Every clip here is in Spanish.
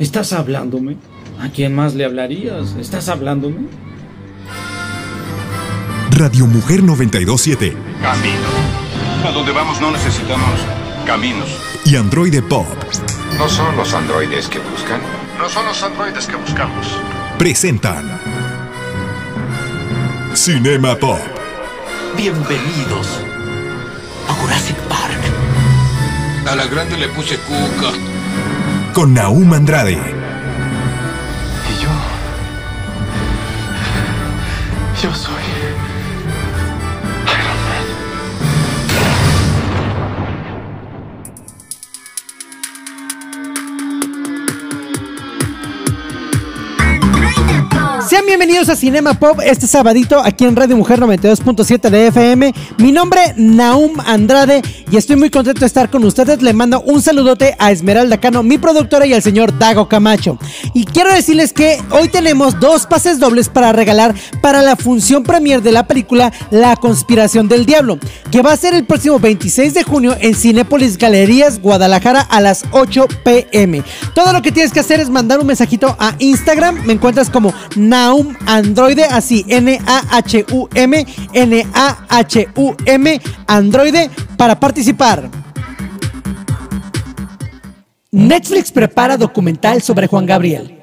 ¿Estás hablándome? ¿A quién más le hablarías? ¿Estás hablándome? Radio Mujer 92.7. Camino. A donde vamos no necesitamos caminos. Y Androide Pop. No son los androides que buscan. No son los androides que buscamos. Presentan Cinema Pop. Bienvenidos a Jurassic Park. A la grande le puse cuca. Con Nahum Andrade. Y yo soy Iron Man. Sean bienvenidos a Cinema Pop este sabadito aquí en Radio Mujer 92.7 de FM. Mi nombre es Nahum Andrade y estoy muy contento de estar con ustedes. Le mando un saludote a Esmeralda Cano, mi productora, y al señor Dago Camacho. Y quiero decirles que hoy tenemos 2 pases dobles para regalar para la función premier de la película La Conspiración del Diablo, que va a ser el próximo 26 de junio en Cinépolis Galerías, Guadalajara, a las 8 p.m. Todo lo que tienes que hacer es mandar un mensajito a Instagram. Me encuentras como Nahum Androide, así Nahum Androide, para participar. Netflix prepara documental sobre Juan Gabriel.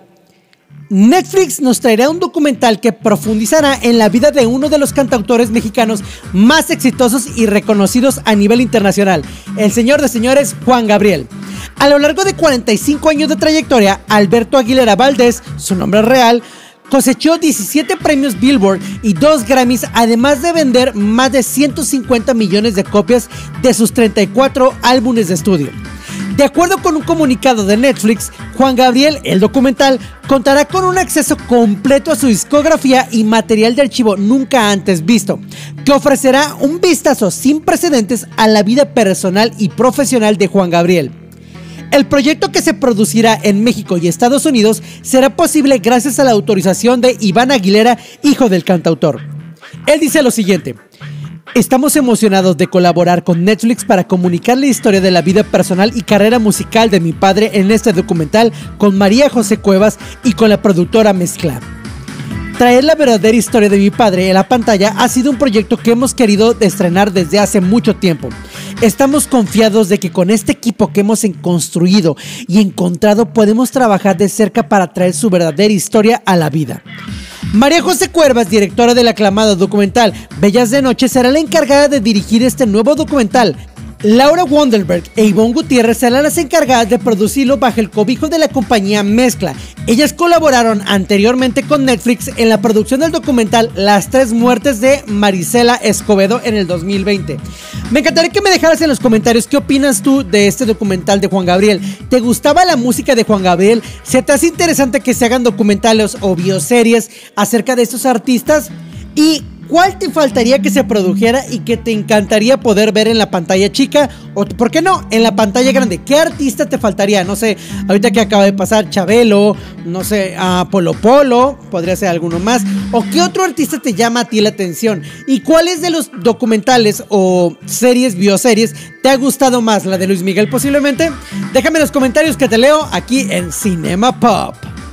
Netflix nos traerá un documental que profundizará en la vida de uno de los cantautores mexicanos más exitosos y reconocidos a nivel internacional, el señor de señores Juan Gabriel. A lo largo de 45 años de trayectoria, Alberto Aguilera Valdés, su nombre real, cosechó 17 premios Billboard y 2 Grammys, además de vender más de 150 millones de copias de sus 34 álbumes de estudio. De acuerdo con un comunicado de Netflix, Juan Gabriel, el documental, contará con un acceso completo a su discografía y material de archivo nunca antes visto, que ofrecerá un vistazo sin precedentes a la vida personal y profesional de Juan Gabriel. El proyecto, que se producirá en México y Estados Unidos, será posible gracias a la autorización de Iván Aguilera, hijo del cantautor. Él dice lo siguiente: estamos emocionados de colaborar con Netflix para comunicar la historia de la vida personal y carrera musical de mi padre en este documental con María José Cuevas y con la productora Mezcla. Traer la verdadera historia de mi padre en la pantalla ha sido un proyecto que hemos querido estrenar desde hace mucho tiempo. Estamos confiados de que con este equipo que hemos construido y encontrado podemos trabajar de cerca para traer su verdadera historia a la vida. María José Cuevas, directora del aclamado documental Bellas de Noche, será la encargada de dirigir este nuevo documental. Laura Wonderberg e Ivonne Gutiérrez serán las encargadas de producirlo bajo el cobijo de la compañía Mezcla. Ellas colaboraron anteriormente con Netflix en la producción del documental Las 3 muertes de Marisela Escobedo en el 2020. Me encantaría que me dejaras en los comentarios qué opinas tú de este documental de Juan Gabriel. ¿Te gustaba la música de Juan Gabriel? ¿Se te hace interesante que se hagan documentales o bioseries acerca de estos artistas? ¿Y cuál te faltaría que se produjera y que te encantaría poder ver en la pantalla chica? O, ¿por qué no?, en la pantalla grande. ¿Qué artista te faltaría? No sé, ahorita que acaba de pasar Chabelo, no sé, a Polo Polo, podría ser alguno más. ¿O qué otro artista te llama a ti la atención? ¿Y cuáles de los documentales o series, bioseries, te ha gustado más? ¿La de Luis Miguel posiblemente? Déjame en los comentarios que te leo aquí en Cinema Pop.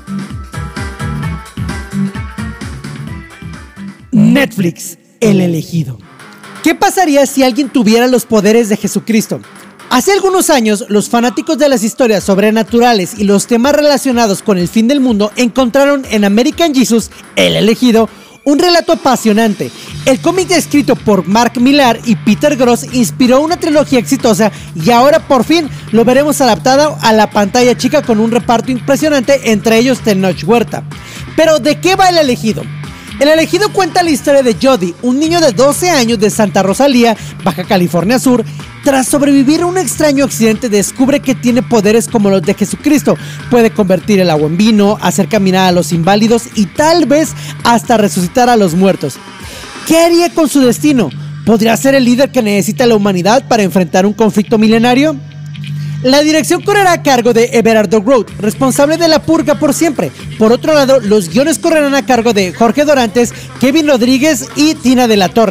Netflix, el elegido. ¿Qué pasaría si alguien tuviera los poderes de Jesucristo? Hace algunos años, los fanáticos de las historias sobrenaturales y los temas relacionados con el fin del mundo encontraron en American Jesus, el elegido, un relato apasionante. El cómic, escrito por Mark Millar y Peter Gross, inspiró una trilogía exitosa y ahora por fin lo veremos adaptado a la pantalla chica con un reparto impresionante, entre ellos Tenoch Huerta. Pero ¿de qué va el elegido? El elegido cuenta la historia de Jody, un niño de 12 años de Santa Rosalía, Baja California Sur. Tras sobrevivir a un extraño accidente, descubre que tiene poderes como los de Jesucristo. Puede convertir el agua en vino, hacer caminar a los inválidos y tal vez hasta resucitar a los muertos. ¿Qué haría con su destino? ¿Podría ser el líder que necesita la humanidad para enfrentar un conflicto milenario? La dirección correrá a cargo de Everardo Groth, responsable de La Purga por siempre. Por otro lado, los guiones correrán a cargo de Jorge Dorantes, Kevin Rodríguez y Tina de la Torre.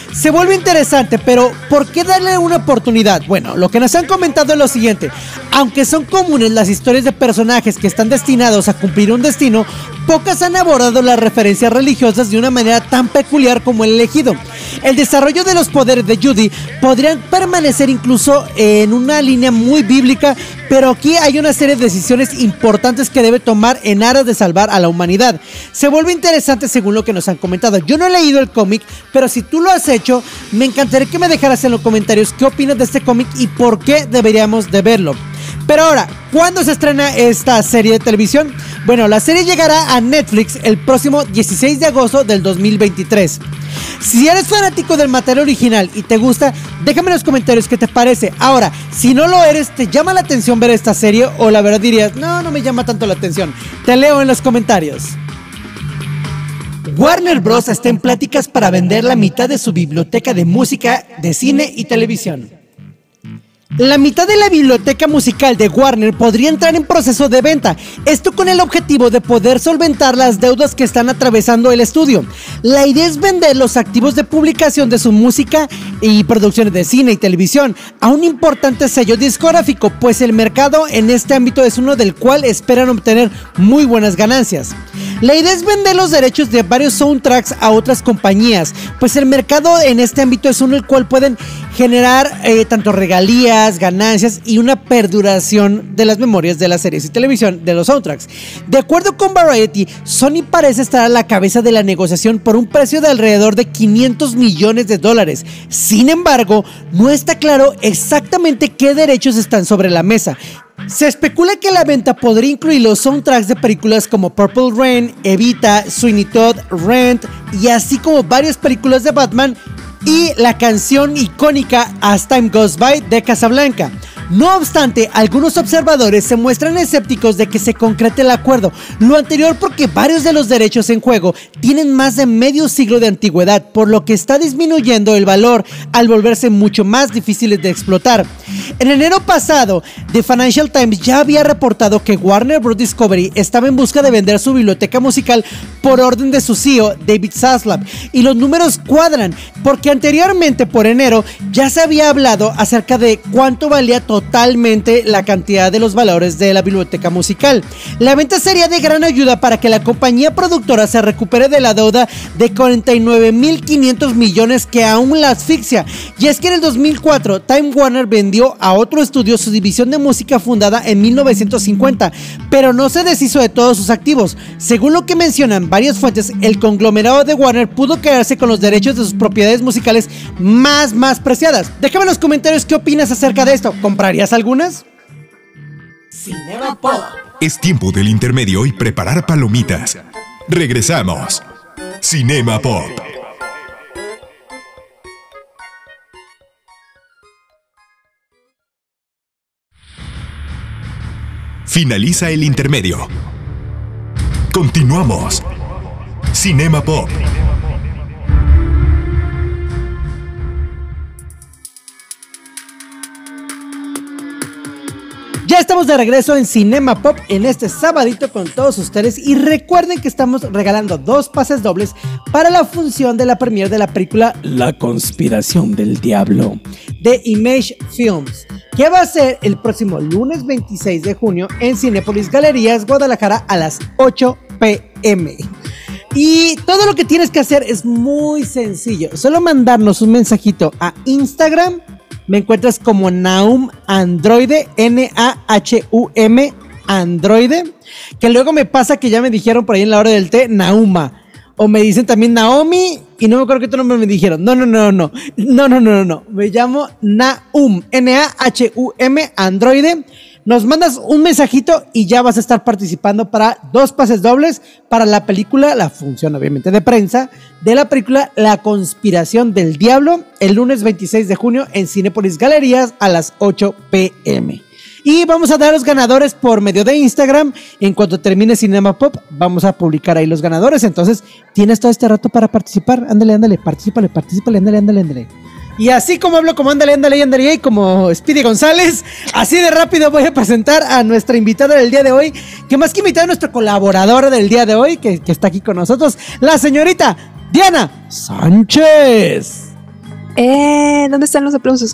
Se vuelve interesante, pero ¿por qué darle una oportunidad? Bueno, lo que nos han comentado es lo siguiente: aunque son comunes las historias de personajes que están destinados a cumplir un destino, pocas han abordado las referencias religiosas de una manera tan peculiar como el elegido. El desarrollo de los poderes de Judy podrían permanecer incluso en una línea muy bíblica, pero aquí hay una serie de decisiones importantes que debe tomar en aras de salvar a la humanidad. Se vuelve interesante según lo que nos han comentado. Yo no he leído el cómic, pero si tú lo has hecho, me encantaría que me dejaras en los comentarios qué opinas de este cómic y por qué deberíamos de verlo. Pero ahora, ¿cuándo se estrena esta serie de televisión? Bueno, la serie llegará a Netflix el próximo 16 de agosto del 2023. Si eres fanático del material original y te gusta, déjame en los comentarios qué te parece. Ahora, si no lo eres, ¿te llama la atención ver esta serie? O la verdad dirías, no me llama tanto la atención. Te leo en los comentarios. Warner Bros. Está en pláticas para vender la mitad de su biblioteca de música, de cine y televisión. La mitad de la biblioteca musical de Warner podría entrar en proceso de venta, esto con el objetivo de poder solventar las deudas que están atravesando el estudio. La idea es vender los activos de publicación de su música y producciones de cine y televisión a un importante sello discográfico, pues el mercado en este ámbito es uno del cual esperan obtener muy buenas ganancias. La idea es vender los derechos de varios soundtracks a otras compañías, pues el mercado en este ámbito es uno el cual pueden generar tanto regalías, ganancias y una perduración de las memorias de las series y televisión de los soundtracks. De acuerdo con Variety, Sony parece estar a la cabeza de la negociación por un precio de alrededor de $500 millones. Sin embargo, no está claro exactamente qué derechos están sobre la mesa. Se especula que la venta podría incluir los soundtracks de películas como Purple Rain, Evita, Sweeney Todd, Rent y así como varias películas de Batman y la canción icónica As Time Goes By de Casablanca. No obstante, algunos observadores se muestran escépticos de que se concrete el acuerdo, lo anterior porque varios de los derechos en juego tienen más de medio siglo de antigüedad, por lo que está disminuyendo el valor al volverse mucho más difíciles de explotar. En enero pasado, The Financial Times ya había reportado que Warner Bros. Discovery estaba en busca de vender su biblioteca musical por orden de su CEO, David Zaslav, y los números cuadran, porque anteriormente por enero ya se había hablado acerca de cuánto valía totalmente la cantidad de los valores de la biblioteca musical. La venta sería de gran ayuda para que la compañía productora se recupere de la deuda de 49.500 millones que aún la asfixia. Y es que en el 2004 Time Warner vendió a otro estudio su división de música fundada en 1950, pero no se deshizo de todos sus activos. Según lo que mencionan varias fuentes, el conglomerado de Warner pudo quedarse con los derechos de sus propiedades musicales más preciadas. Déjame en los comentarios qué opinas acerca de esto. ¿Comprarías algunas? Cinema Pop. Es tiempo del intermedio y preparar palomitas. Regresamos. Cinema Pop. Finaliza el intermedio. Continuamos. Cinema Pop. Ya estamos de regreso en Cinema Pop en este sabadito con todos ustedes y recuerden que estamos regalando 2 pases dobles para la función de la premiere de la película La Conspiración del Diablo de Image Films, que va a ser el próximo lunes 26 de junio en Cinépolis Galerías Guadalajara a las 8 p.m. Y todo lo que tienes que hacer es muy sencillo, solo mandarnos un mensajito a Instagram. Me encuentras como Nahum Androide, N-A-H-U-M Androide, que luego me pasa que ya me dijeron por ahí en la hora del té, Nauma, o me dicen también Naomi, y no me acuerdo qué otro nombre me dijeron. No, me llamo Nahum, N-A-H-U-M Androide. Nos mandas un mensajito y ya vas a estar participando para 2 pases dobles para la película, la función obviamente de prensa, de la película La Conspiración del Diablo, el lunes 26 de junio en Cinépolis Galerías a las 8 p.m. Y vamos a dar los ganadores por medio de Instagram. En cuanto termine Cinema Pop, vamos a publicar ahí los ganadores. Entonces, tienes todo este rato para participar. Ándale, particípale, ándale. Y así como hablo como ándale, y como Speedy González, así de rápido voy a presentar a nuestra invitada del día de hoy, que más que invitada a nuestra colaboradora del día de hoy, que está aquí con nosotros, la señorita Diana Sánchez. ¿Dónde están los aplausos?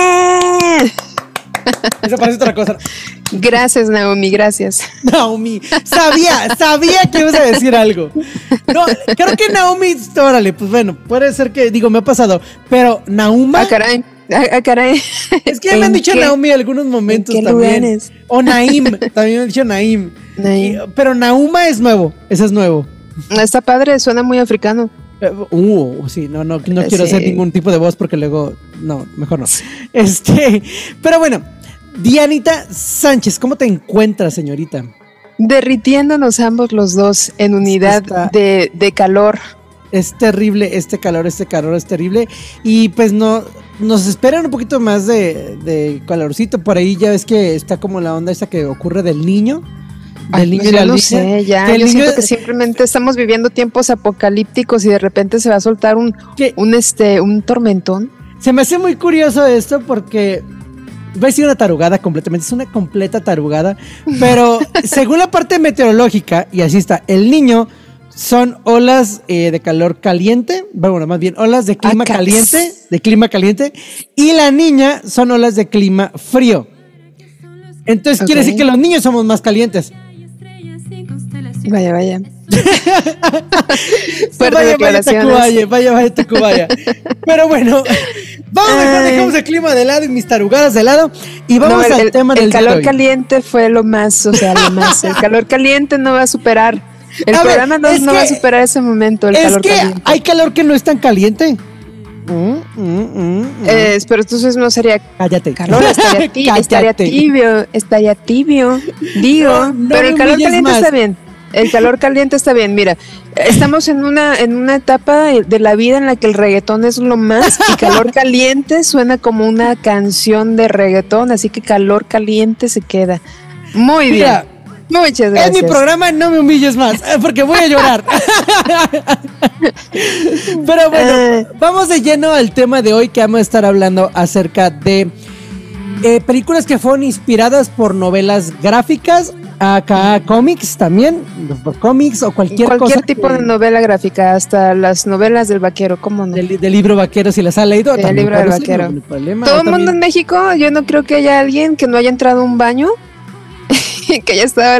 Esa parece otra cosa. Gracias, Naomi, gracias. Naomi, sabía que ibas a decir algo. No, creo que Naomi, órale, pues bueno, puede ser que, digo, me ha pasado, pero Nauma. Ah, caray. Es que me han dicho Naomi en algunos momentos ¿en qué también. lugares? O Naim, también me han dicho Naim. Pero Nauma es nuevo, ese es nuevo. Está padre, suena muy africano. Sí, no quiero hacer ningún tipo de voz porque luego, no, mejor no. Pero bueno, Dianita Sánchez, ¿cómo te encuentras, señorita? Derritiéndonos ambos los dos en unidad de calor. Es terrible este calor es terrible. Y pues no, nos esperan un poquito más de calorcito. Por ahí ya ves que está como la onda esa que ocurre del niño. Del niño y la no niña. sé, ya. Yo siento que simplemente estamos viviendo tiempos apocalípticos y de repente se va a soltar un tormentón. Se me hace muy curioso esto porque va a ser una tarugada completamente, es una completa tarugada, pero según la parte meteorológica, y así está, el niño son olas de calor caliente, bueno, más bien olas de clima caliente, y la niña son olas de clima frío. Entonces quiere decir que los niños somos más calientes. Vaya. Vaya, Tacubaya. Pero bueno, vamos mejor, dejamos el clima de lado y mis tarugadas de lado y vamos al tema del calor hoy. Caliente fue lo más. El calor caliente no va a superar. El programa no va a superar ese momento. Calor caliente. Hay calor que no es tan caliente. Pero entonces no sería calor, estaría tibio. Digo, no pero el calor caliente más. Está bien. El calor caliente está bien. Mira, estamos en una etapa de la vida en la que el reggaetón es lo más y calor caliente suena como una canción de reggaetón, así que calor caliente se queda. Muy bien. Muchas gracias. Es mi programa, no me humilles más, porque voy a llorar. Pero bueno, vamos de lleno al tema de hoy, que vamos a estar hablando acerca de películas que fueron inspiradas por novelas gráficas, acá cómics también, por cómics o cualquier tipo de novela gráfica, hasta las novelas del vaquero, ¿cómo no? Del libro vaquero, si las ha leído. El libro del vaquero. Todo el mundo en México, yo no creo que haya alguien que no haya entrado a un baño, que haya estado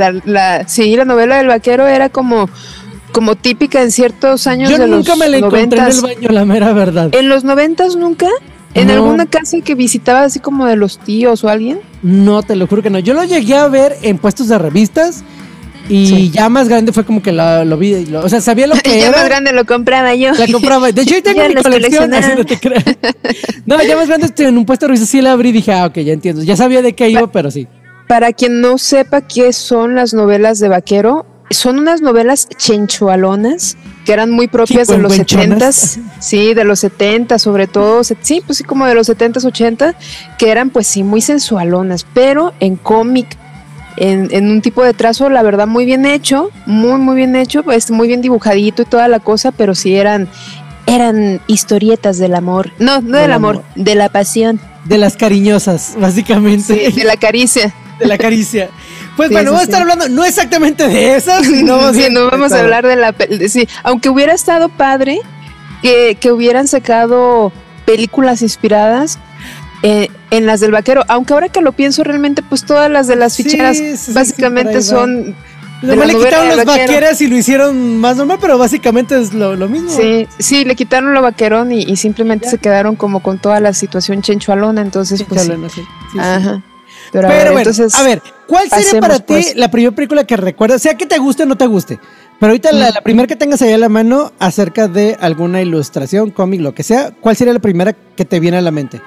la novela del vaquero era como típica en ciertos años de los 90. Yo nunca me la encontré en el baño, la mera verdad. ¿En los 90s nunca? ¿En alguna casa que visitaba así como de los tíos o alguien? No, te lo juro que no. Yo lo llegué a ver en puestos de revistas y ya más grande fue como que lo vi. O sea, sabía lo que ya era. Más grande lo compraba yo. La compraba. De hecho, yo tengo mi colección, así no te creas. No, ya más grande en un puesto de revistas sí la abrí y dije, ok, ya entiendo. Ya sabía de qué iba, pero sí. Para quien no sepa qué son las novelas de vaquero, son unas novelas chenchualonas que eran muy propias de los 70s, sí, de los 70 sobre todo, sí, pues sí, como de los 70s, 80, que eran pues sí, muy sensualonas, pero en cómic, en un tipo de trazo, la verdad, muy bien hecho, muy bien hecho, pues muy bien dibujadito y toda la cosa, pero sí eran historietas del amor, no del amor, de la pasión. De las cariñosas, básicamente. Sí, de la caricia. De la caricia. Pues sí, bueno, vamos a estar hablando no exactamente de esas, sino vamos a hablar de sí, aunque hubiera estado padre que hubieran sacado películas inspiradas en las del vaquero, aunque ahora que lo pienso realmente pues todas las de las ficheras básicamente son le quitaron los vaqueras y lo hicieron más normal, pero básicamente es lo mismo. Sí, le quitaron lo vaquerón y simplemente se quedaron como con toda la situación chenchualona, entonces pues sí. Ajá. Pero bueno, entonces, a ver, ¿cuál sería para ti la primera película que recuerdas? Sea que te guste o no te guste, pero ahorita la primera que tengas ahí a la mano acerca de alguna ilustración, cómic, lo que sea, ¿cuál sería la primera que te viene a la mente?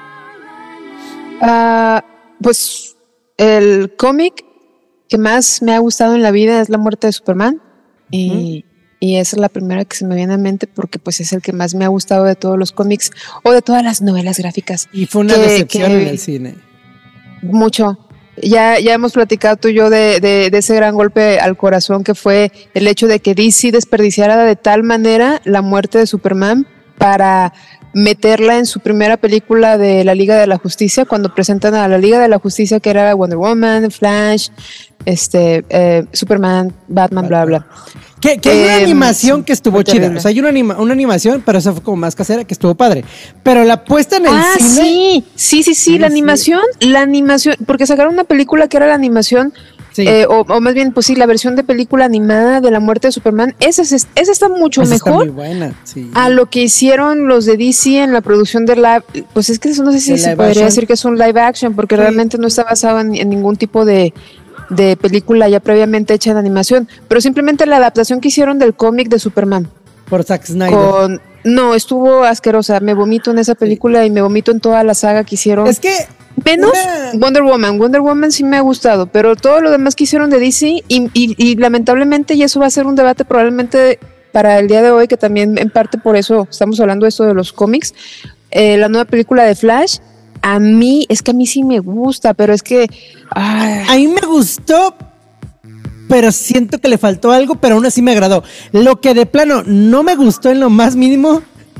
Pues el cómic que más me ha gustado en la vida es La muerte de Superman y esa es la primera que se me viene a mente porque pues es el que más me ha gustado de todos los cómics o de todas las novelas gráficas. Y fue una decepción en el cine. Mucho. Ya hemos platicado tú y yo de ese gran golpe al corazón que fue el hecho de que DC desperdiciara de tal manera la muerte de Superman para meterla en su primera película de la Liga de la Justicia, cuando presentan a la Liga de la Justicia, que era Wonder Woman, Flash, Superman, Batman, bla, bla. Que hay una animación que estuvo chida. terrible. O sea, hay una animación, pero esa fue como más casera, que estuvo padre. Pero la puesta en el cine... Sí, la animación, porque sacaron una película que era la animación, Sí. o más bien, pues sí, la versión de película animada de la muerte de Superman. Esa está mucho Esa está mejor muy buena, sí. a lo que hicieron los de DC en la producción de live. Pues es que eso no sé si ¿De se live podría action? decir que es un live action, porque Sí. realmente no está basado en ningún tipo de película ya previamente hecha en animación, pero simplemente la adaptación que hicieron del cómic de Superman. Por Zack Snyder. No, estuvo asquerosa. Me vomito en esa película y me vomito en toda la saga que hicieron. Es que... Menos una- Wonder Woman sí me ha gustado, pero todo lo demás que hicieron de DC y lamentablemente, y eso va a ser un debate probablemente para el día de hoy, que también en parte por eso estamos hablando de esto de los cómics, la nueva película de Flash, a mí sí me gusta, pero es que... A mí me gustó, pero siento que le faltó algo, pero aún así me agradó. Lo que de plano no me gustó en lo más mínimo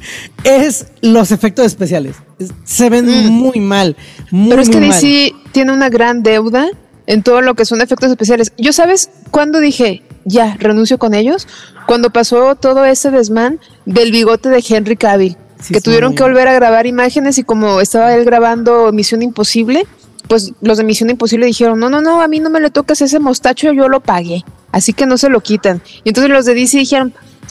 es los efectos especiales. Se ven muy mal. Pero es que muy DC tiene una gran deuda en todo lo que son efectos especiales. Yo, ¿sabes cuándo dije, ya, renuncio con ellos? Cuando pasó todo ese desmán del bigote de Henry Cavill, Sí, que sí, tuvieron muy que bien. volver a grabar imágenes y como estaba él grabando Misión Imposible, pues los de Misión Imposible dijeron, no, a mí no me le tocas ese mostacho, yo lo pagué, así que no se lo quitan. Y entonces los de DC dijeron,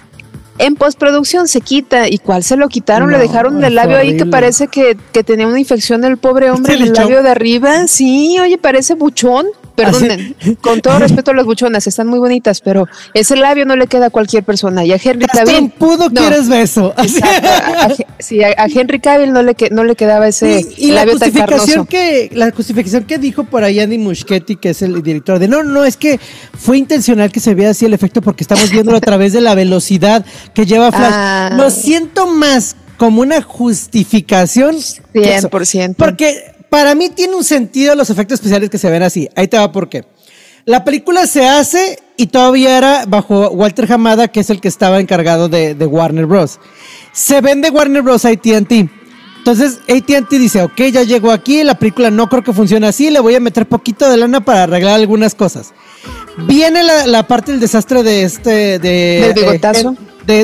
en postproducción se quita. ¿Y cuál se lo quitaron? No, Le dejaron el labio ahí que horrible. parece que tenía una infección el pobre hombre ¿Se en le el echó? labio de arriba. Sí, oye, parece buchón. Perdonen, con todo respeto a las buchonas, están muy bonitas, pero ese labio no le queda a cualquier persona. Y a Henry Estás Cavill... trompudo, no. quieres beso. Exacto, a Henry Cavill no le quedaba ese Y la labio tan justificación carnoso. que dijo por ahí Andy Muschietti, que es el director de no, es que fue intencional que se vea así el efecto porque estamos viéndolo a través de la velocidad que lleva Flash. Lo siento más como una justificación que eso. 100%. Porque para mí tiene un sentido los efectos especiales que se ven así. Ahí te va por qué. La película se hace y todavía era bajo Walter Hamada, que es el que estaba encargado de Warner Bros. Se vende Warner Bros. a AT&T. Entonces AT&T dice, ok, ya llegó aquí, la película no creo que funcione así, le voy a meter poquito de lana para arreglar algunas cosas. Viene la parte del desastre de ¿Del bigotazo?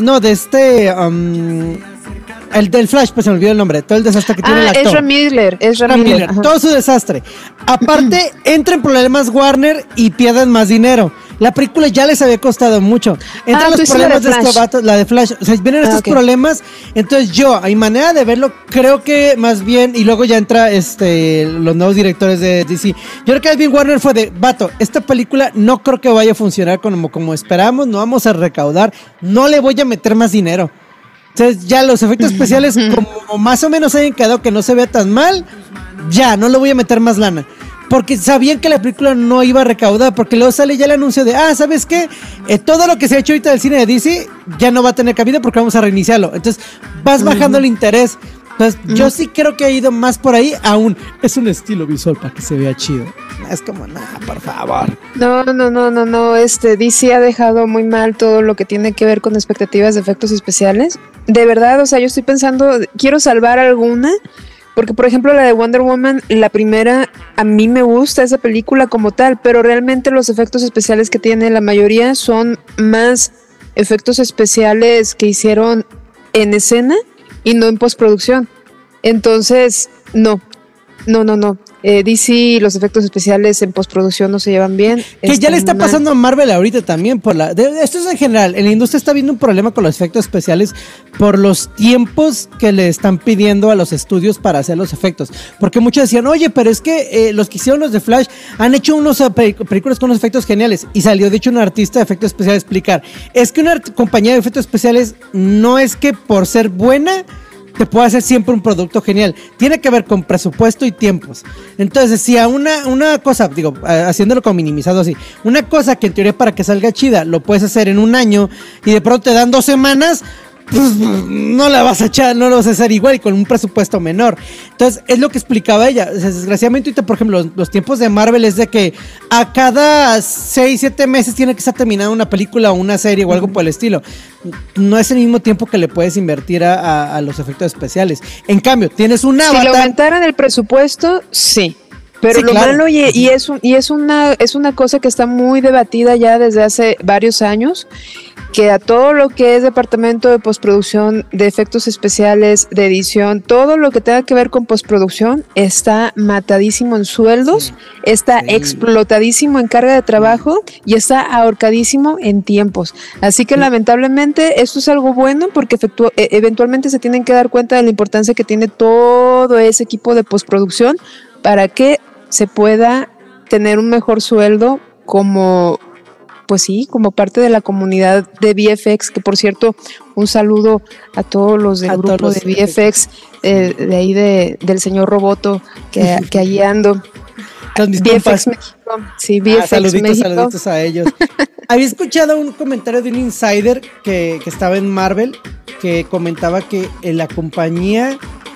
El del Flash, pues se me olvidó el nombre, todo el desastre que tiene el actor. Ezra Miller. Ajá. Todo su desastre. Aparte, entra en problemas Warner y pierden más dinero. La película ya les había costado mucho. Entran los problemas de estos vatos, la de Flash. O sea, vienen estos problemas. Entonces yo, a mi manera de verlo, creo que más bien, y luego ya entra los nuevos directores de DC. Yo creo que más bien Warner fue de, vato, esta película no creo que vaya a funcionar como esperamos, no vamos a recaudar, no le voy a meter más dinero. Entonces ya los efectos especiales como más o menos hayan quedado que no se vea tan mal, ya no le voy a meter más lana. Porque sabían que la película no iba a recaudar, porque luego sale ya el anuncio de, ¿sabes qué? Todo lo que se ha hecho ahorita del cine de DC ya no va a tener cabida porque vamos a reiniciarlo. Entonces vas bajando el interés. Entonces yo sí creo que ha ido más por ahí, aún es un estilo visual para que se vea chido. Es como, por favor. No, DC ha dejado muy mal todo lo que tiene que ver con expectativas de efectos especiales. De verdad, o sea, yo estoy pensando, quiero salvar alguna, porque por ejemplo la de Wonder Woman, la primera, a mí me gusta esa película como tal, pero realmente los efectos especiales que tiene la mayoría son más efectos especiales que hicieron en escena y no en postproducción. Entonces, no. DC y los efectos especiales en postproducción no se llevan bien. Que ya le está pasando a Marvel ahorita también. Esto es en general. En la industria está habiendo un problema con los efectos especiales por los tiempos que le están pidiendo a los estudios para hacer los efectos. Porque muchos decían, oye, pero es que los que hicieron los de Flash han hecho unos películas con unos efectos geniales. Y salió, de hecho, un artista de efectos especiales a explicar. Es que una compañía de efectos especiales no es que por ser buena te puede hacer siempre un producto genial. Tiene que ver con presupuesto y tiempos. Entonces, si a una cosa, digo, haciéndolo como minimizado así, una cosa que en teoría para que salga chida lo puedes hacer en un año y de pronto te dan 2 semanas, pues no la vas a echar, no lo vas a hacer igual y con un presupuesto menor. Entonces, es lo que explicaba ella. O sea, desgraciadamente, ahorita, por ejemplo, los tiempos de Marvel es de que a cada 6-7 meses tiene que estar terminada una película o una serie o algo por el estilo. No es el mismo tiempo que le puedes invertir a los efectos especiales. En cambio, tienes un Avatar. Si le aumentaran el presupuesto, sí. Pero Sí, lo claro. malo, es una cosa que está muy debatida ya desde hace varios años, que a todo lo que es departamento de postproducción, de efectos especiales, de edición, todo lo que tenga que ver con postproducción está matadísimo en sueldos, está explotadísimo en carga de trabajo y está ahorcadísimo en tiempos. Así que lamentablemente esto es algo bueno porque eventualmente se tienen que dar cuenta de la importancia que tiene todo ese equipo de postproducción para que se pueda tener un mejor sueldo como parte de la comunidad de VFX, que por cierto, un saludo a todos los del grupo de VFX, de ahí del señor Roboto, que allí ando. VFX México. Sí, VFX México. Saluditos a ellos. Había escuchado un comentario de un insider que estaba en Marvel, que comentaba que la compañía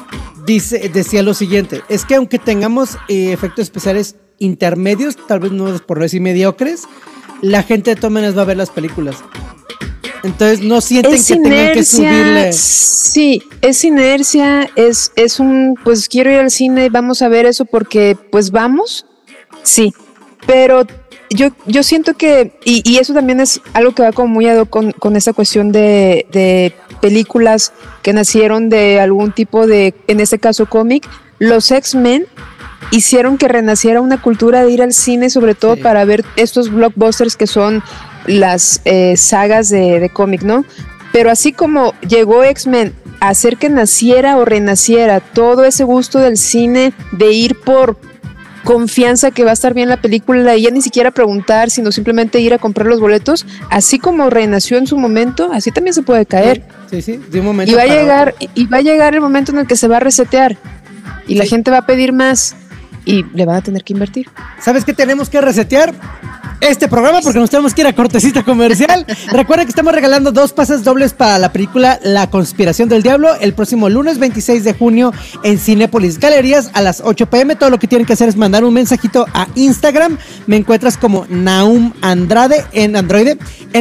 decía lo siguiente, es que aunque tengamos efectos especiales intermedios, tal vez no por decir mediocres, la gente de todas maneras va a ver las películas. Entonces no sienten que tengan que subirle. Sí, es inercia, es un, pues quiero ir al cine y vamos a ver eso porque pues vamos, sí, pero yo siento que, y eso también es algo que va como muy ad hoc con esa cuestión de películas que nacieron de algún tipo de, en este caso cómic, los X-Men hicieron que renaciera una cultura de ir al cine, sobre todo para ver estos blockbusters que son las sagas de cómic, ¿no? Pero así como llegó X-Men a hacer que naciera o renaciera todo ese gusto del cine, de ir por confianza que va a estar bien la película y ya ni siquiera preguntar, sino simplemente ir a comprar los boletos, así como renació en su momento, así también se puede caer. Sí, de un momento y va a llegar el momento en el que se va a resetear y la gente va a pedir más y le van a tener que invertir. ¿Sabes qué tenemos que resetear? Este programa porque nos tenemos que ir a cortecita comercial. Recuerden que estamos regalando 2 pases dobles para la película La Conspiración del Diablo el próximo lunes 26 de junio en Cinépolis Galerías a las 8 p.m. Todo lo que tienen que hacer es mandar un mensajito a Instagram. Me encuentras como Nahum Andrade en Android,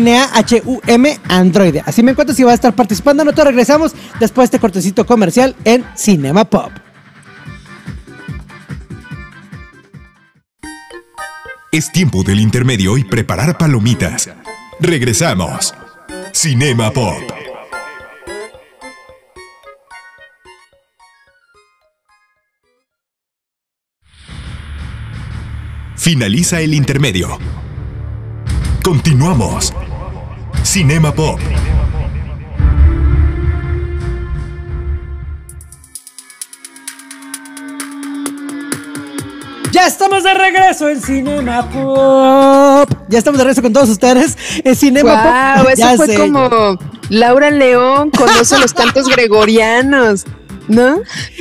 Nahum Android. Así me encuentras y vas a estar participando. Nosotros regresamos después de este cortecito comercial en Cinema Pop. Es tiempo del intermedio y preparar palomitas. Regresamos. Cinema Pop. Finaliza el intermedio. Continuamos. Cinema Pop. Ya estamos de regreso en Cinema Pop. Ya estamos de regreso con todos ustedes en Cinema Pop. Eso fue como Laura León conoce los cantos gregorianos, ¿no?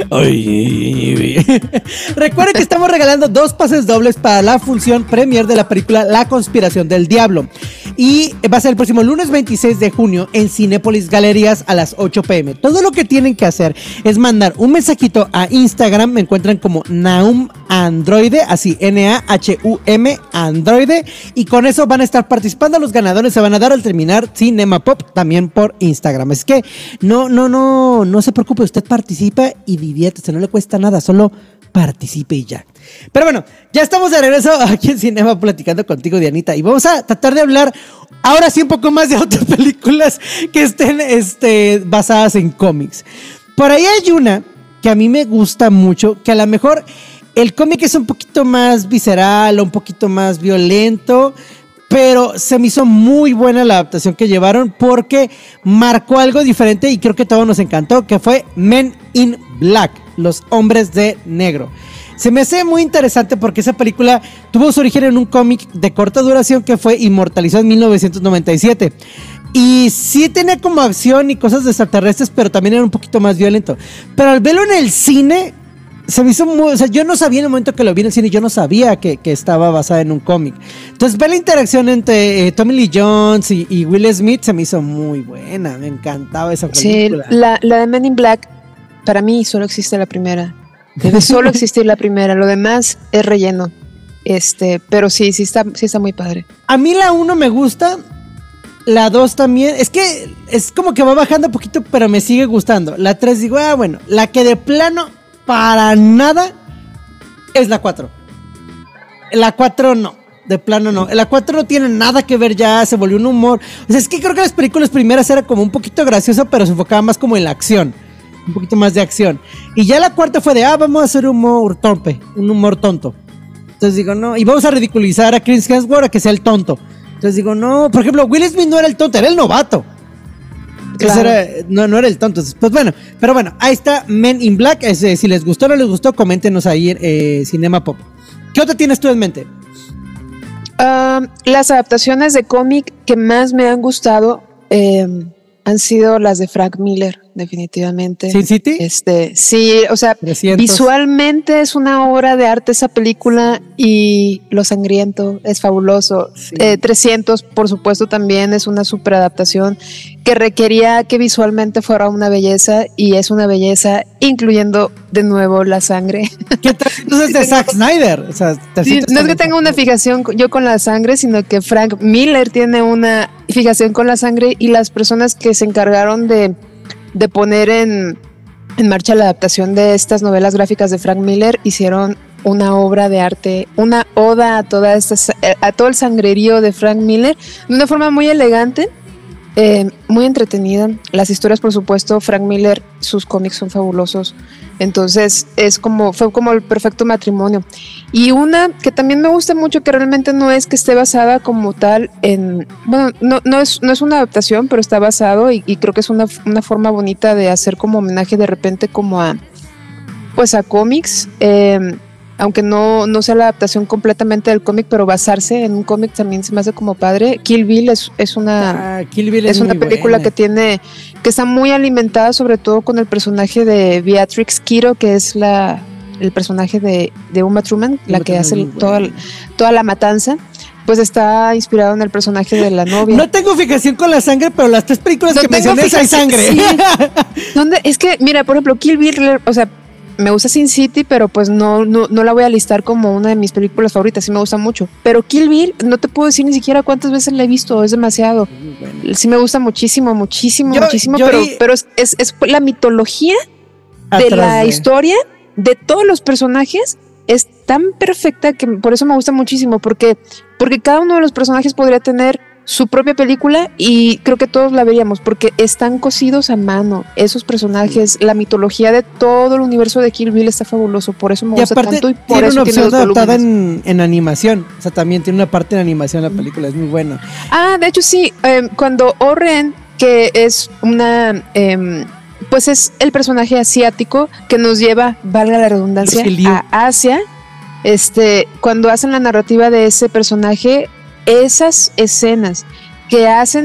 Recuerden que estamos regalando 2 pases dobles para la función premier de la película La Conspiración del Diablo. Y va a ser el próximo lunes 26 de junio en Cinépolis Galerías a las 8 p.m. Todo lo que tienen que hacer es mandar un mensajito a Instagram. Me encuentran como Nahum Android, así Nahum Android. Y con eso van a estar participando. Los ganadores se van a dar al terminar Cinema Pop también por Instagram. Es que no se preocupe, usted participa y diviértese, no le cuesta nada, solo participe y ya. Pero bueno, ya estamos de regreso aquí en Cinema platicando contigo, Dianita, y vamos a tratar de hablar ahora sí un poco más de otras películas que estén basadas en cómics. Por ahí hay una que a mí me gusta mucho, que a lo mejor el cómic es un poquito más visceral, un poquito más violento, pero se me hizo muy buena la adaptación que llevaron porque marcó algo diferente y creo que a todos nos encantó, que fue Men in Black, los hombres de negro. Se me hace muy interesante porque esa película tuvo su origen en un cómic de corta duración que fue inmortalizado en 1997. Y sí tenía como acción y cosas de extraterrestres, pero también era un poquito más violento. Pero al verlo en el cine, se me hizo muy... O sea, yo no sabía en el momento que lo vi en el cine, yo no sabía que estaba basada en un cómic. Entonces, ver la interacción entre Tommy Lee Jones y Will Smith se me hizo muy buena. Me encantaba esa película. Sí, la de Men in Black, para mí solo existe la primera. Debe solo existir la primera, lo demás es relleno. Pero sí está muy padre. A mí la 1 me gusta, la 2 también. Es que es como que va bajando un poquito, pero me sigue gustando. La 3 digo, bueno, la que de plano para nada es la 4. La 4 no. de plano no. La 4 no tiene nada que ver ya, se volvió un humor. O sea, es que creo que las películas primeras era como un poquito graciosa, pero se enfocaba más como en la acción. Un poquito más de acción. Y ya la cuarta fue de, vamos a hacer un humor torpe, un humor tonto. Entonces digo, no, y vamos a ridiculizar a Chris Hemsworth a que sea el tonto. Entonces digo, no, por ejemplo, Will Smith no era el tonto, era el novato. Claro. No era el tonto. Pues bueno, pero bueno, ahí está Men in Black. Si les gustó o no les gustó, coméntenos ahí en Cinema Pop. ¿Qué otra tienes tú en mente? Las adaptaciones de cómic que más me han gustado han sido las de Frank Miller, definitivamente. ¿Sin City? Sí, o sea, 300. Visualmente es una obra de arte esa película y Lo Sangriento es fabuloso. Sí. 300, por supuesto, también es una super adaptación que requería que visualmente fuera una belleza y es una belleza, incluyendo de nuevo la sangre. ¿Qué tal? Entonces de Zack Snyder. O sea, sí, no es que tenga una fijación yo con la sangre, sino que Frank Miller tiene una fijación con la sangre y las personas que se encargaron de poner en marcha la adaptación de estas novelas gráficas de Frank Miller hicieron una obra de arte, una oda a todo el sangrerío de Frank Miller de una forma muy elegante, muy entretenida. Las historias, por supuesto, Frank Miller, sus cómics son fabulosos. Entonces fue como el perfecto matrimonio. Y una que también me gusta mucho, que realmente no es que esté basada como tal en, bueno, no es una adaptación, pero está basado y creo que es una forma bonita de hacer como homenaje de repente como a cómics, aunque no sea la adaptación completamente del cómic, pero basarse en un cómic también se me hace como padre. Kill Bill es una película buena, que está muy alimentada sobre todo con el personaje de Beatrix Kiddo, que es el personaje de Uma Thurman, la que hace toda la matanza. Pues está inspirado en el personaje de la novia. No tengo fijación con la sangre, pero las 3 películas que mencioné hay sangre. Sí. Es que, mira, por ejemplo, Kill Bill, o sea, me gusta Sin City, pero pues no la voy a listar como una de mis películas favoritas. Sí me gusta mucho. Pero Kill Bill, no te puedo decir ni siquiera cuántas veces la he visto. Es demasiado. Bueno. Sí me gusta muchísimo. Pero es la mitología de la historia de todos los personajes. Es tan perfecta que por eso me gusta muchísimo. Porque cada uno de los personajes podría tener su propia película y creo que todos la veríamos porque están cosidos a mano esos personajes, la mitología de todo el universo de Kill Bill está fabuloso, por eso me gusta tanto y por eso tiene una opción adaptada en animación, o sea, también tiene una parte de animación la película, es muy buena. De hecho sí, cuando O-Ren, que es una pues es el personaje asiático que nos lleva, valga la redundancia, a Asia, cuando hacen la narrativa de ese personaje, esas escenas que hacen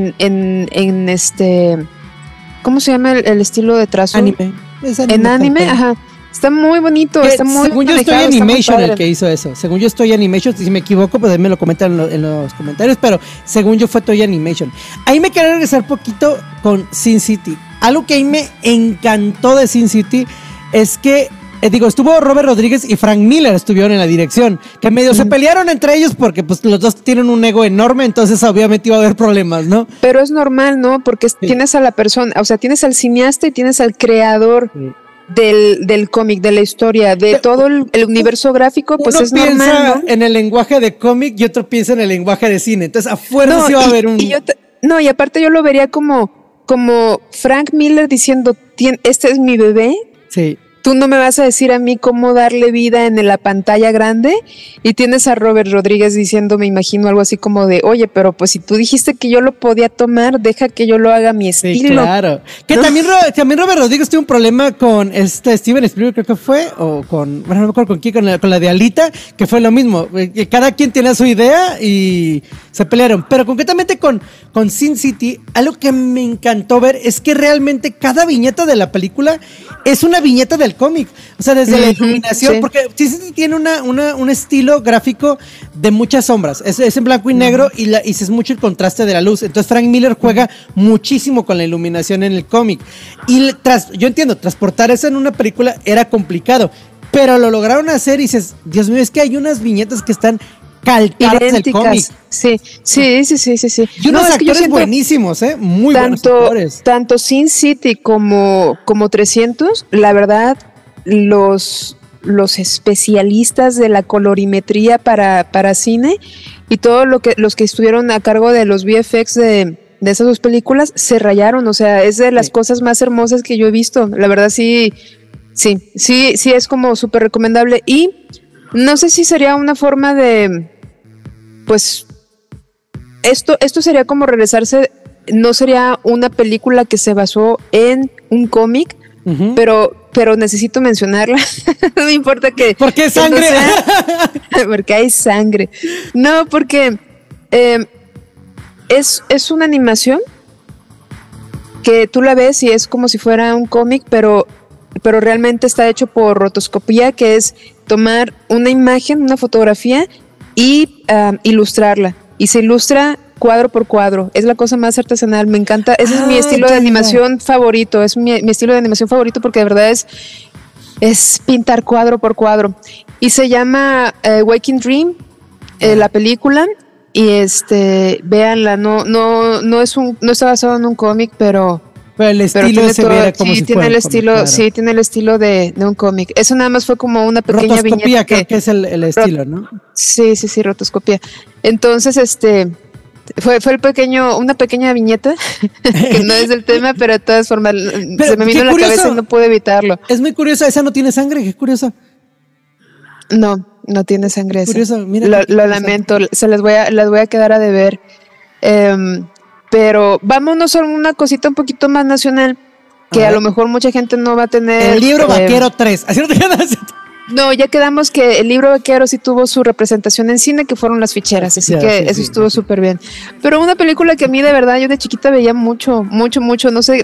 en ¿cómo se llama el estilo de trazo? Anime. En anime, ajá. Está muy bonito, está muy según yo estoy Animation el que hizo eso. Según yo estoy Animation, si me equivoco, pues me lo comentan en los comentarios, pero según yo fue Toy Animation. Ahí me quiero regresar poquito con Sin City. Algo que ahí me encantó de Sin City es que estuvo Robert Rodríguez y Frank Miller estuvieron en la dirección, que medio se pelearon entre ellos porque pues los dos tienen un ego enorme, entonces obviamente iba a haber problemas, ¿no? Pero es normal, ¿no? Porque tienes a la persona, o sea, tienes al cineasta y tienes al creador del cómic, de la historia, de todo el universo gráfico, pues uno es normal, ¿no? Uno piensa en el lenguaje de cómic y otro piensa en el lenguaje de cine, entonces a fuerza sí va a haber un... y aparte yo lo vería como Frank Miller diciendo, este es mi bebé. Sí. Tú no me vas a decir a mí cómo darle vida en la pantalla grande, y tienes a Robert Rodríguez diciendo, me imagino algo así como de, oye, pero pues si tú dijiste que yo lo podía tomar, deja que yo lo haga a mi estilo. Sí, claro. Que ¿no? también Robert Rodríguez tuvo un problema con Steven Spielberg, creo que fue, o con, bueno, no me acuerdo con quién, con la de Alita, que fue lo mismo. Cada quien tenía su idea y se pelearon. Pero concretamente con Sin City, algo que me encantó ver es que realmente cada viñeta de la película es una viñeta del cómic, o sea, desde la iluminación, sí. Porque sí tiene un estilo gráfico de muchas sombras, es en blanco y negro y es mucho el contraste de la luz, entonces Frank Miller juega muchísimo con la iluminación en el cómic, y yo entiendo, transportar eso en una película era complicado, pero lo lograron hacer y dices, Dios mío, es que hay unas viñetas que están calcadas del cómic. Sí. Y unos actores buenísimos, muy buenos actores. Tanto Sin City como 300, la verdad, los los especialistas de la colorimetría para cine, y todo los que estuvieron a cargo de los VFX de esas dos películas se rayaron. O sea, es de las cosas más hermosas que yo he visto. La verdad sí es como súper recomendable. Y no sé si sería una forma de, pues, esto sería como regresarse. No sería una película que se basó en un cómic, pero necesito mencionarla. No me importa que... ¿Por qué sangre? Porque hay sangre. No, porque es una animación que tú la ves y es como si fuera un cómic, pero realmente está hecho por rotoscopía, que es tomar una imagen, una fotografía y ilustrarla. Y se ilustra cuadro por cuadro. Es la cosa más artesanal, me encanta. Ese es mi estilo de animación favorito. Es mi estilo de animación favorito porque de verdad es pintar cuadro por cuadro. Y se llama Waking Dream, la película. Y véanla, no está basado en un cómic, pero el estilo se ve como si tiene fuera el un estilo, cómic, claro. Sí, tiene el estilo de un cómic. Eso nada más fue como una pequeña viñeta. Creo que es el estilo, ¿no? Sí, rotoscopía. Entonces, fue una pequeña viñeta que no es del tema, pero de todas formas se me vino a la cabeza y no pude evitarlo. Es muy curioso, esa no tiene sangre, qué curioso. No tiene sangre esa. Curioso, mira. Lo lamento, las voy a quedar a deber. Pero vámonos a una cosita un poquito más nacional, que a lo mejor mucha gente no va a tener. El libro Vaquero 3. ¿Así no te quedas? No, ya quedamos que el libro Vaquero sí tuvo su representación en cine, que fueron Las Ficheras, así que eso estuvo súper bien. Pero una película que a mí de verdad yo de chiquita veía mucho, no sé,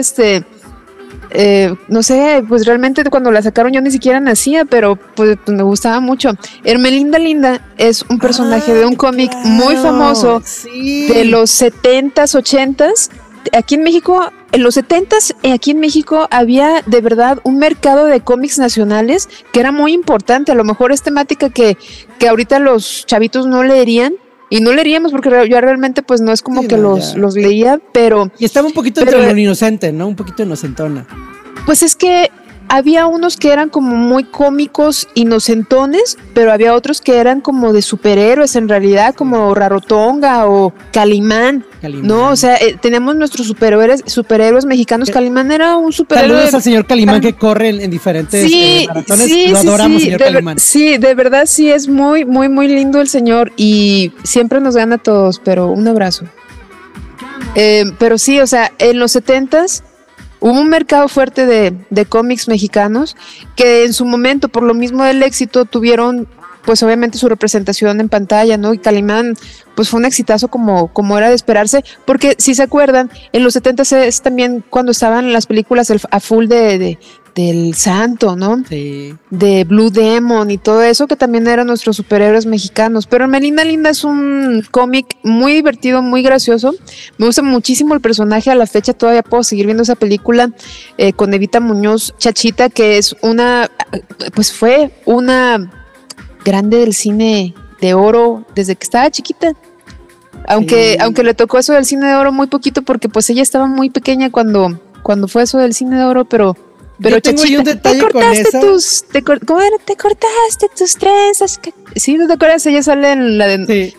pues realmente cuando la sacaron yo ni siquiera nacía, pero pues me gustaba mucho. Hermelinda Linda es un personaje de un cómic muy famoso de los 70s, 80s. Aquí en México, en los 70s, aquí en México había de verdad un mercado de cómics nacionales que era muy importante. A lo mejor es temática que ahorita los chavitos no leerían. Y no leeríamos porque yo realmente pues no es como que los leía, pero... Y estaba un poquito entre lo inocente, ¿no? Un poquito inocentona. Pues es que había unos que eran como muy cómicos, inocentones, pero había otros que eran como de superhéroes en realidad, como Rarotonga o Calimán. No, o sea, tenemos nuestros superhéroes mexicanos. Calimán era un superhéroe. Saludos al señor Calimán que corre en diferentes maratones. Lo adoramos, señor Calimán. Sí, de verdad sí es muy, muy, muy lindo el señor y siempre nos gana a todos, pero un abrazo. Pero sí, o sea, en los 70s hubo un mercado fuerte de cómics mexicanos que en su momento, por lo mismo del éxito, tuvieron pues obviamente su representación en pantalla, ¿no? Y Calimán pues fue un exitazo como era de esperarse, porque si se acuerdan, en los 70s es también cuando estaban las películas a full del Santo, ¿no? Sí. De Blue Demon y todo eso, que también eran nuestros superhéroes mexicanos. Pero Hermelinda Linda es un cómic muy divertido, muy gracioso. Me gusta muchísimo el personaje. A la fecha todavía puedo seguir viendo esa película con Evita Muñoz, Chachita, que es fue una grande del cine de oro desde que estaba chiquita. Aunque le tocó eso del cine de oro muy poquito, porque pues ella estaba muy pequeña cuando fue eso del cine de oro, pero Chachita, un detalle te cortaste ¿cómo era? Te cortaste tus trenzas. Sí, ¿no te acuerdas? Ella sale en la de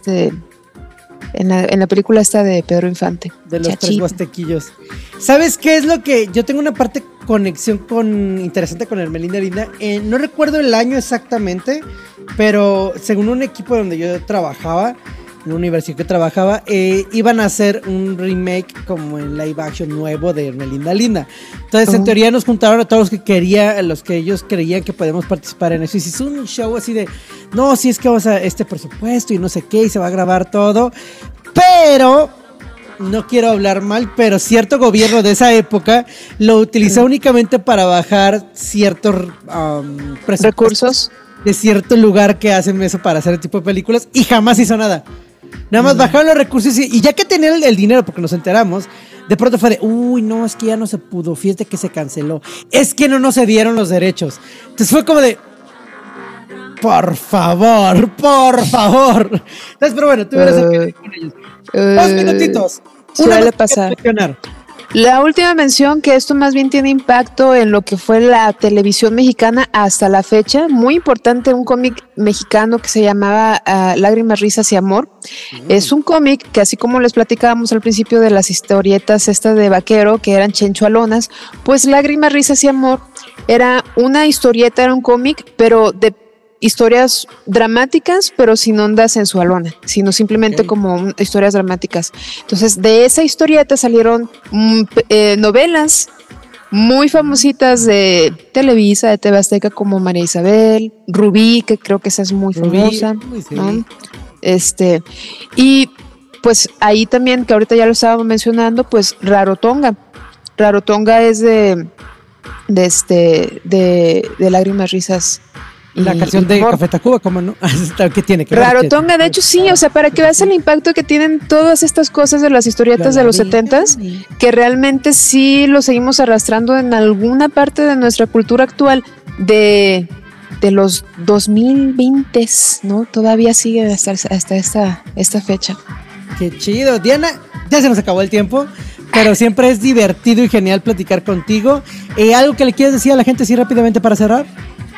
en la película esta de Pedro Infante. De los Chachita. 3 huastequillos. ¿Sabes qué es lo que? Yo tengo una parte conexión interesante con Hermelinda Linda. No recuerdo el año exactamente, pero según un equipo donde yo trabajaba, en una universidad que trabajaba, iban a hacer un remake como en live action nuevo de Hermelinda Linda. Entonces, en teoría nos juntaron a todos los que ellos creían que podemos participar en eso. Y se hizo un show así de, no, sí es que vamos a este presupuesto y no sé qué, y se va a grabar todo. Pero, no quiero hablar mal, pero cierto gobierno de esa época lo utilizó únicamente para bajar ciertos recursos de cierto lugar que hacen eso para hacer el tipo de películas, y jamás hizo nada. Nada más bajaron los recursos y ya que tenían el dinero, porque nos enteramos, de pronto fue de, uy, no, es que ya no se pudo, fíjate que se canceló, es que no nos cedieron los derechos. Entonces fue como de, por favor. Entonces, pero bueno, tú verás con ellos. 2 minutitos. Suele pasar. La última mención, que esto más bien tiene impacto en lo que fue la televisión mexicana hasta la fecha, muy importante, un cómic mexicano que se llamaba Lágrimas, Risas y Amor. Es un cómic que, así como les platicábamos al principio de las historietas estas de vaquero, que eran chenchualonas, pues Lágrimas, Risas y Amor era una historieta, era un cómic, pero de historias dramáticas, pero sin onda sensualona, sino simplemente como historias dramáticas. Entonces, de esa historieta salieron novelas muy famositas de Televisa, de TV Azteca, como María Isabel, Rubí, que creo que esa es muy famosa, ¿no? Y pues ahí también, que ahorita ya lo estábamos mencionando, pues Rarotonga. Rarotonga es de Lágrimas, Risas. La canción de Café Tacuba, ¿cómo no? ¿Qué tiene que ver? Rarotonga, de hecho sí, o sea, para que veas el impacto que tienen todas estas cosas de las historietas de los 70s, que realmente sí lo seguimos arrastrando en alguna parte de nuestra cultura actual de los 2020s, ¿no? Todavía sigue hasta esta fecha. Qué chido. Diana, ya se nos acabó el tiempo, pero siempre es divertido y genial platicar contigo. ¿Algo que le quieres decir a la gente así rápidamente para cerrar?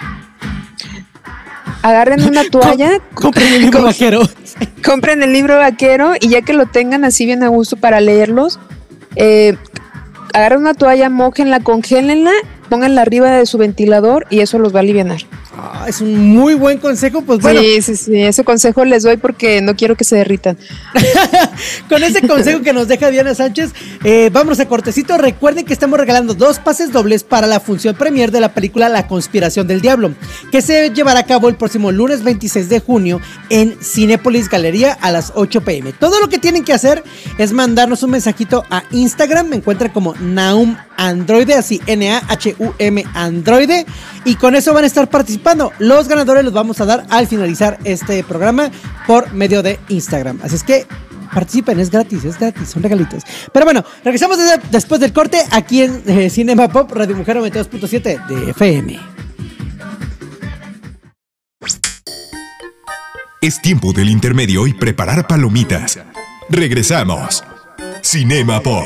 Agarren una toalla, compren el libro vaquero. Compren el libro vaquero y ya que lo tengan así bien a gusto para leerlos, agarren una toalla, mójenla, congélenla, pónganla arriba de su ventilador y eso los va a alivianar. Es un muy buen consejo, pues bueno. Sí, ese consejo les doy porque no quiero que se derritan. Con ese consejo que nos deja Diana Sánchez, vámonos a cortecito. Recuerden que estamos regalando 2 pases dobles para la función premier de la película La Conspiración del Diablo, que se llevará a cabo el próximo lunes 26 de junio en Cinépolis Galería a las 8 p.m. Todo lo que tienen que hacer es mandarnos un mensajito a Instagram, me encuentran como Nahum Androide, así N-A-H-U-M Androide, y con eso van a estar participando. Los ganadores los vamos a dar al finalizar este programa por medio de Instagram, así es que participen, es gratis, son regalitos. Pero bueno, regresamos después del corte aquí en Cinema Pop, Radio Mujer 92.7 de FM. Es tiempo del intermedio y preparar palomitas. Regresamos. Cinema Pop.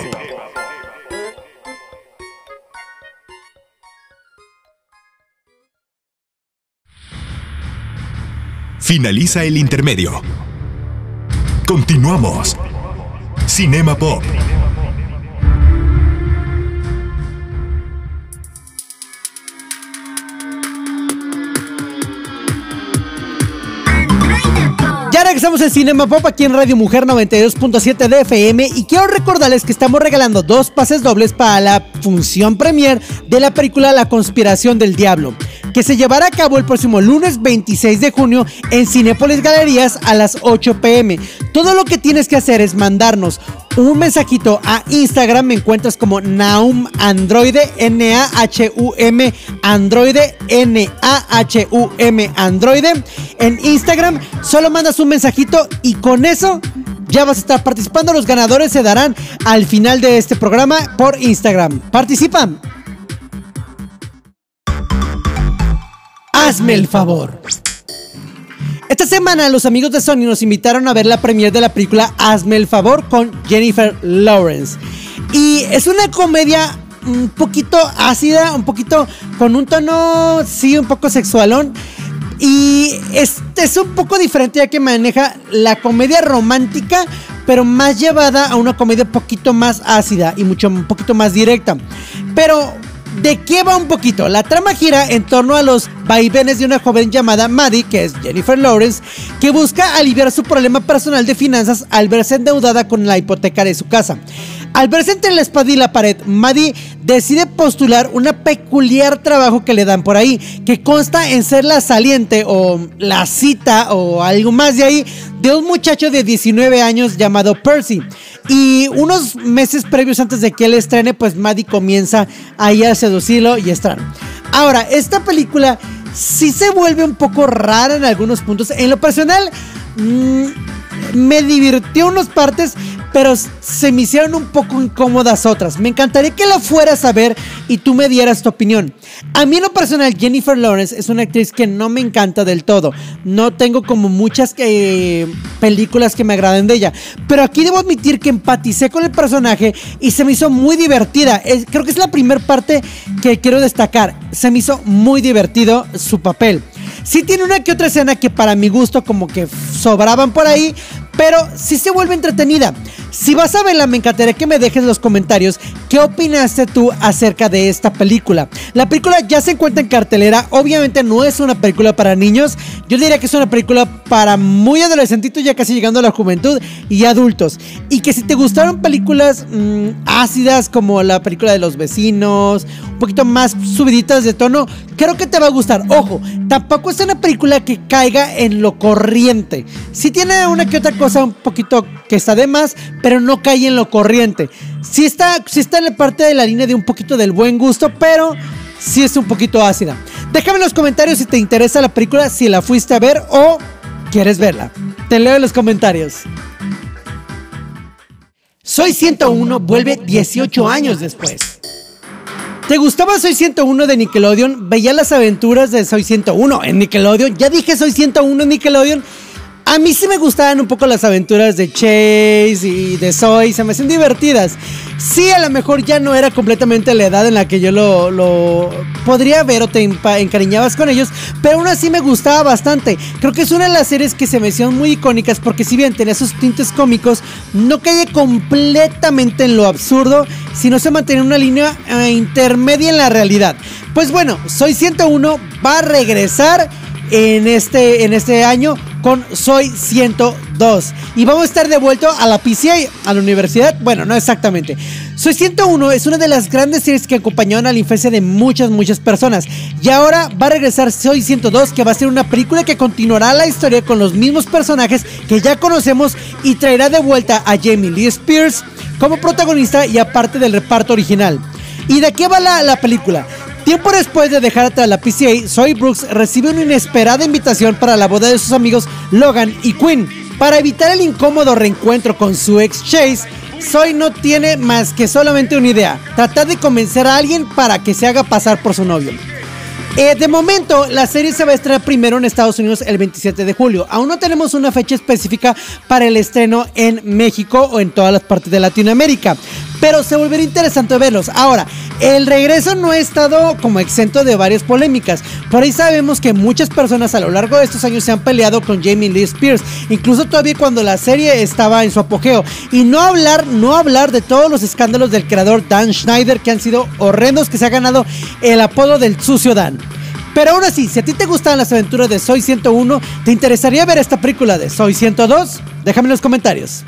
Finaliza el intermedio. Continuamos. Cinema Pop. Ya regresamos en Cinema Pop aquí en Radio Mujer 92.7 de FM y quiero recordarles que estamos regalando 2 pases dobles para la función premier de la película La Conspiración del Diablo, que se llevará a cabo el próximo lunes 26 de junio en Cinépolis Galerías a las 8 p.m. Todo lo que tienes que hacer es mandarnos un mensajito a Instagram, me encuentras como Nahum Androide, N-A-H-U-M Androide, N-A-H-U-M Androide. En Instagram solo mandas un mensajito y con eso ya vas a estar participando. Los ganadores se darán al final de este programa por Instagram. ¡Participan! Hazme el favor. Esta semana los amigos de Sony nos invitaron a ver la premiere de la película Hazme el favor con Jennifer Lawrence. Y es una comedia un poquito ácida, un poquito con un tono, sí, un poco sexualón. Y es un poco diferente ya que maneja la comedia romántica, pero más llevada a una comedia un poquito más ácida y un poquito más directa. Pero ¿de qué va un poquito? La trama gira en torno a los vaivenes de una joven llamada Maddie, que es Jennifer Lawrence, que busca aliviar su problema personal de finanzas al verse endeudada con la hipoteca de su casa. Al verse entre la espada y la pared, Maddie decide postular un peculiar trabajo que le dan por ahí, que consta en ser la saliente o la cita o algo más de ahí de un muchacho de 19 años llamado Percy. Y unos meses previos antes de que él estrene, pues Maddie comienza ahí a seducirlo y están. Ahora, esta película sí se vuelve un poco rara en algunos puntos. En lo personal, me divirtió unas partes, pero se me hicieron un poco incómodas otras. Me encantaría que la fueras a ver y tú me dieras tu opinión. A mí en lo personal, Jennifer Lawrence es una actriz que no me encanta del todo. No tengo como muchas películas que me agraden de ella, pero aquí debo admitir que empaticé con el personaje y se me hizo muy divertida. Creo que es la primera parte que quiero destacar. Se me hizo muy divertido su papel. Sí tiene una que otra escena que para mi gusto como que sobraban por ahí, pero sí se vuelve entretenida. Si vas a verla, me encantaría que me dejes en los comentarios qué opinaste tú acerca de esta película. La película ya se encuentra en cartelera. Obviamente no es una película para niños. Yo diría que es una película para muy adolescentitos, ya casi llegando a la juventud, y adultos. Y que si te gustaron películas ácidas como la película de Los Vecinos, un poquito más subiditas de tono, creo que te va a gustar. Ojo, tampoco es una película que caiga en lo corriente. Sí tiene una que otra cosa un poquito que está de más, pero no cae en lo corriente. Sí está en la parte de la línea de un poquito del buen gusto, pero sí es un poquito ácida. Déjame en los comentarios si te interesa la película, si la fuiste a ver o quieres verla. Te leo en los comentarios. Soy 101 vuelve 18 años después. ¿Te gustaba Soy 101 de Nickelodeon? ¿Veía las aventuras de Soy 101 en Nickelodeon? Ya dije Soy 101 en Nickelodeon. A mí sí me gustaban un poco las aventuras de Chase y de Zoe, se me hacen divertidas. Sí, a lo mejor ya no era completamente la edad en la que yo lo podría ver o te encariñabas con ellos, pero aún así me gustaba bastante. Creo que es una de las series que se me hicieron muy icónicas porque si bien tenía sus tintes cómicos, no caía completamente en lo absurdo, sino se mantenía en una línea intermedia en la realidad. Pues bueno, Soy 101 va a regresar en este año con Soy 102 y vamos a estar de vuelta a la PCA, a la universidad. Bueno, no exactamente. Soy 101 es una de las grandes series que acompañaron a la infancia de muchas personas, y ahora va a regresar Soy 102, que va a ser una película que continuará la historia con los mismos personajes que ya conocemos y traerá de vuelta a Jamie Lee Spears como protagonista y aparte del reparto original. ¿Y de qué va la película? Tiempo después de dejar atrás la PCA, Zoe Brooks recibe una inesperada invitación para la boda de sus amigos Logan y Quinn. Para evitar el incómodo reencuentro con su ex Chase, Zoe no tiene más que solamente una idea: tratar de convencer a alguien para que se haga pasar por su novio. De momento, la serie se va a estrenar primero en Estados Unidos el 27 de julio. Aún no tenemos una fecha específica para el estreno en México o en todas las partes de Latinoamérica, pero se volverá interesante verlos. Ahora, el regreso no ha estado como exento de varias polémicas. Por ahí sabemos que muchas personas a lo largo de estos años se han peleado con Jamie Lee Spears, incluso todavía cuando la serie estaba en su apogeo. Y no hablar de todos los escándalos del creador Dan Schneider, que han sido horrendos, que se ha ganado el apodo del sucio Dan. Pero aún así, si a ti te gustan las aventuras de Soy 101, ¿te interesaría ver esta película de Soy 102? Déjame en los comentarios.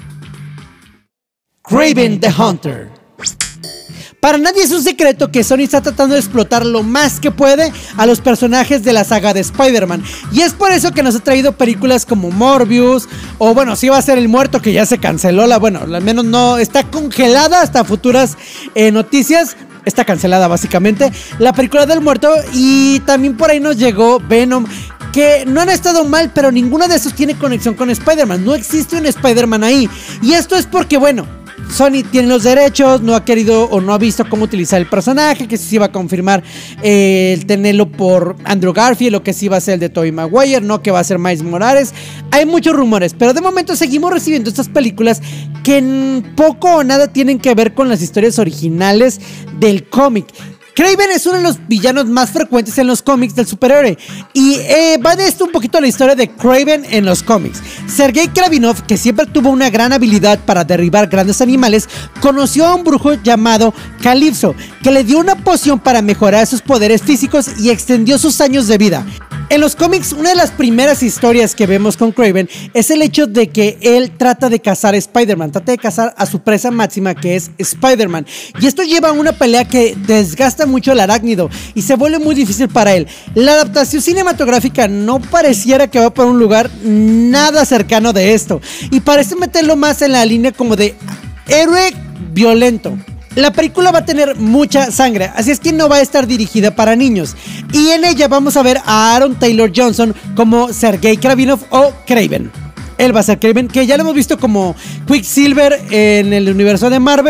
Kraven the Hunter. Para nadie es un secreto que Sony está tratando de explotar lo más que puede a los personajes de la saga de Spider-Man, y es por eso que nos ha traído películas como Morbius, o bueno, sí va a ser El Muerto, que ya se canceló, al menos no, está congelada hasta futuras noticias. Está cancelada básicamente la película del Muerto, y también por ahí nos llegó Venom, que no han estado mal, pero ninguno de esos tiene conexión con Spider-Man. No existe un Spider-Man ahí, y esto es porque, bueno, Sony tiene los derechos, no ha querido o no ha visto cómo utilizar el personaje, que sí va a confirmar el tenerlo por Andrew Garfield, o que sí va a ser el de Tobey Maguire, no que va a ser Miles Morales. Hay muchos rumores, pero de momento seguimos recibiendo estas películas que en poco o nada tienen que ver con las historias originales del cómic. Kraven es uno de los villanos más frecuentes en los cómics del superhéroe, y va de esto un poquito la historia de Kraven en los cómics. Sergei Kravinov, que siempre tuvo una gran habilidad para derribar grandes animales, conoció a un brujo llamado Calypso, que le dio una poción para mejorar sus poderes físicos y extendió sus años de vida. En los cómics, una de las primeras historias que vemos con Kraven es el hecho de que él trata de cazar a Spider-Man, trata de cazar a su presa máxima, que es Spider-Man, y esto lleva a una pelea que desgasta mucho al arácnido y se vuelve muy difícil para él. La adaptación cinematográfica no pareciera que va por un lugar nada cercano de esto, y parece meterlo más en la línea como de héroe violento. La película va a tener mucha sangre, así es que no va a estar dirigida para niños, y en ella vamos a ver a Aaron Taylor Johnson como Sergei Kravinov o Kraven. Él va a ser Kraven, que ya lo hemos visto como Quicksilver en el universo de Marvel,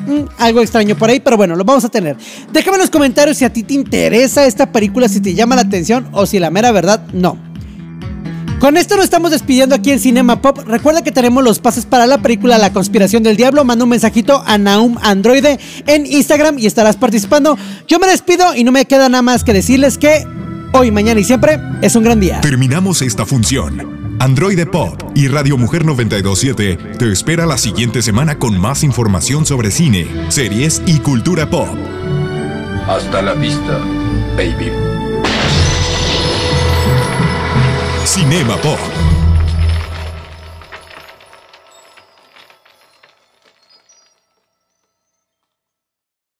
algo extraño por ahí, pero bueno, lo vamos a tener. Déjame en los comentarios si a ti te interesa esta película, si te llama la atención o si la mera verdad no. Con esto nos estamos despidiendo aquí en Cinema Pop. Recuerda que tenemos los pases para la película La Conspiración del Diablo. Manda un mensajito a Naum Androide en Instagram y estarás participando. Yo me despido y no me queda nada más que decirles que hoy, mañana y siempre es un gran día. Terminamos esta función. Androide Pop y Radio Mujer 92.7 te espera la siguiente semana con más información sobre cine, series y cultura pop. Hasta la vista, baby. Cinema Pop.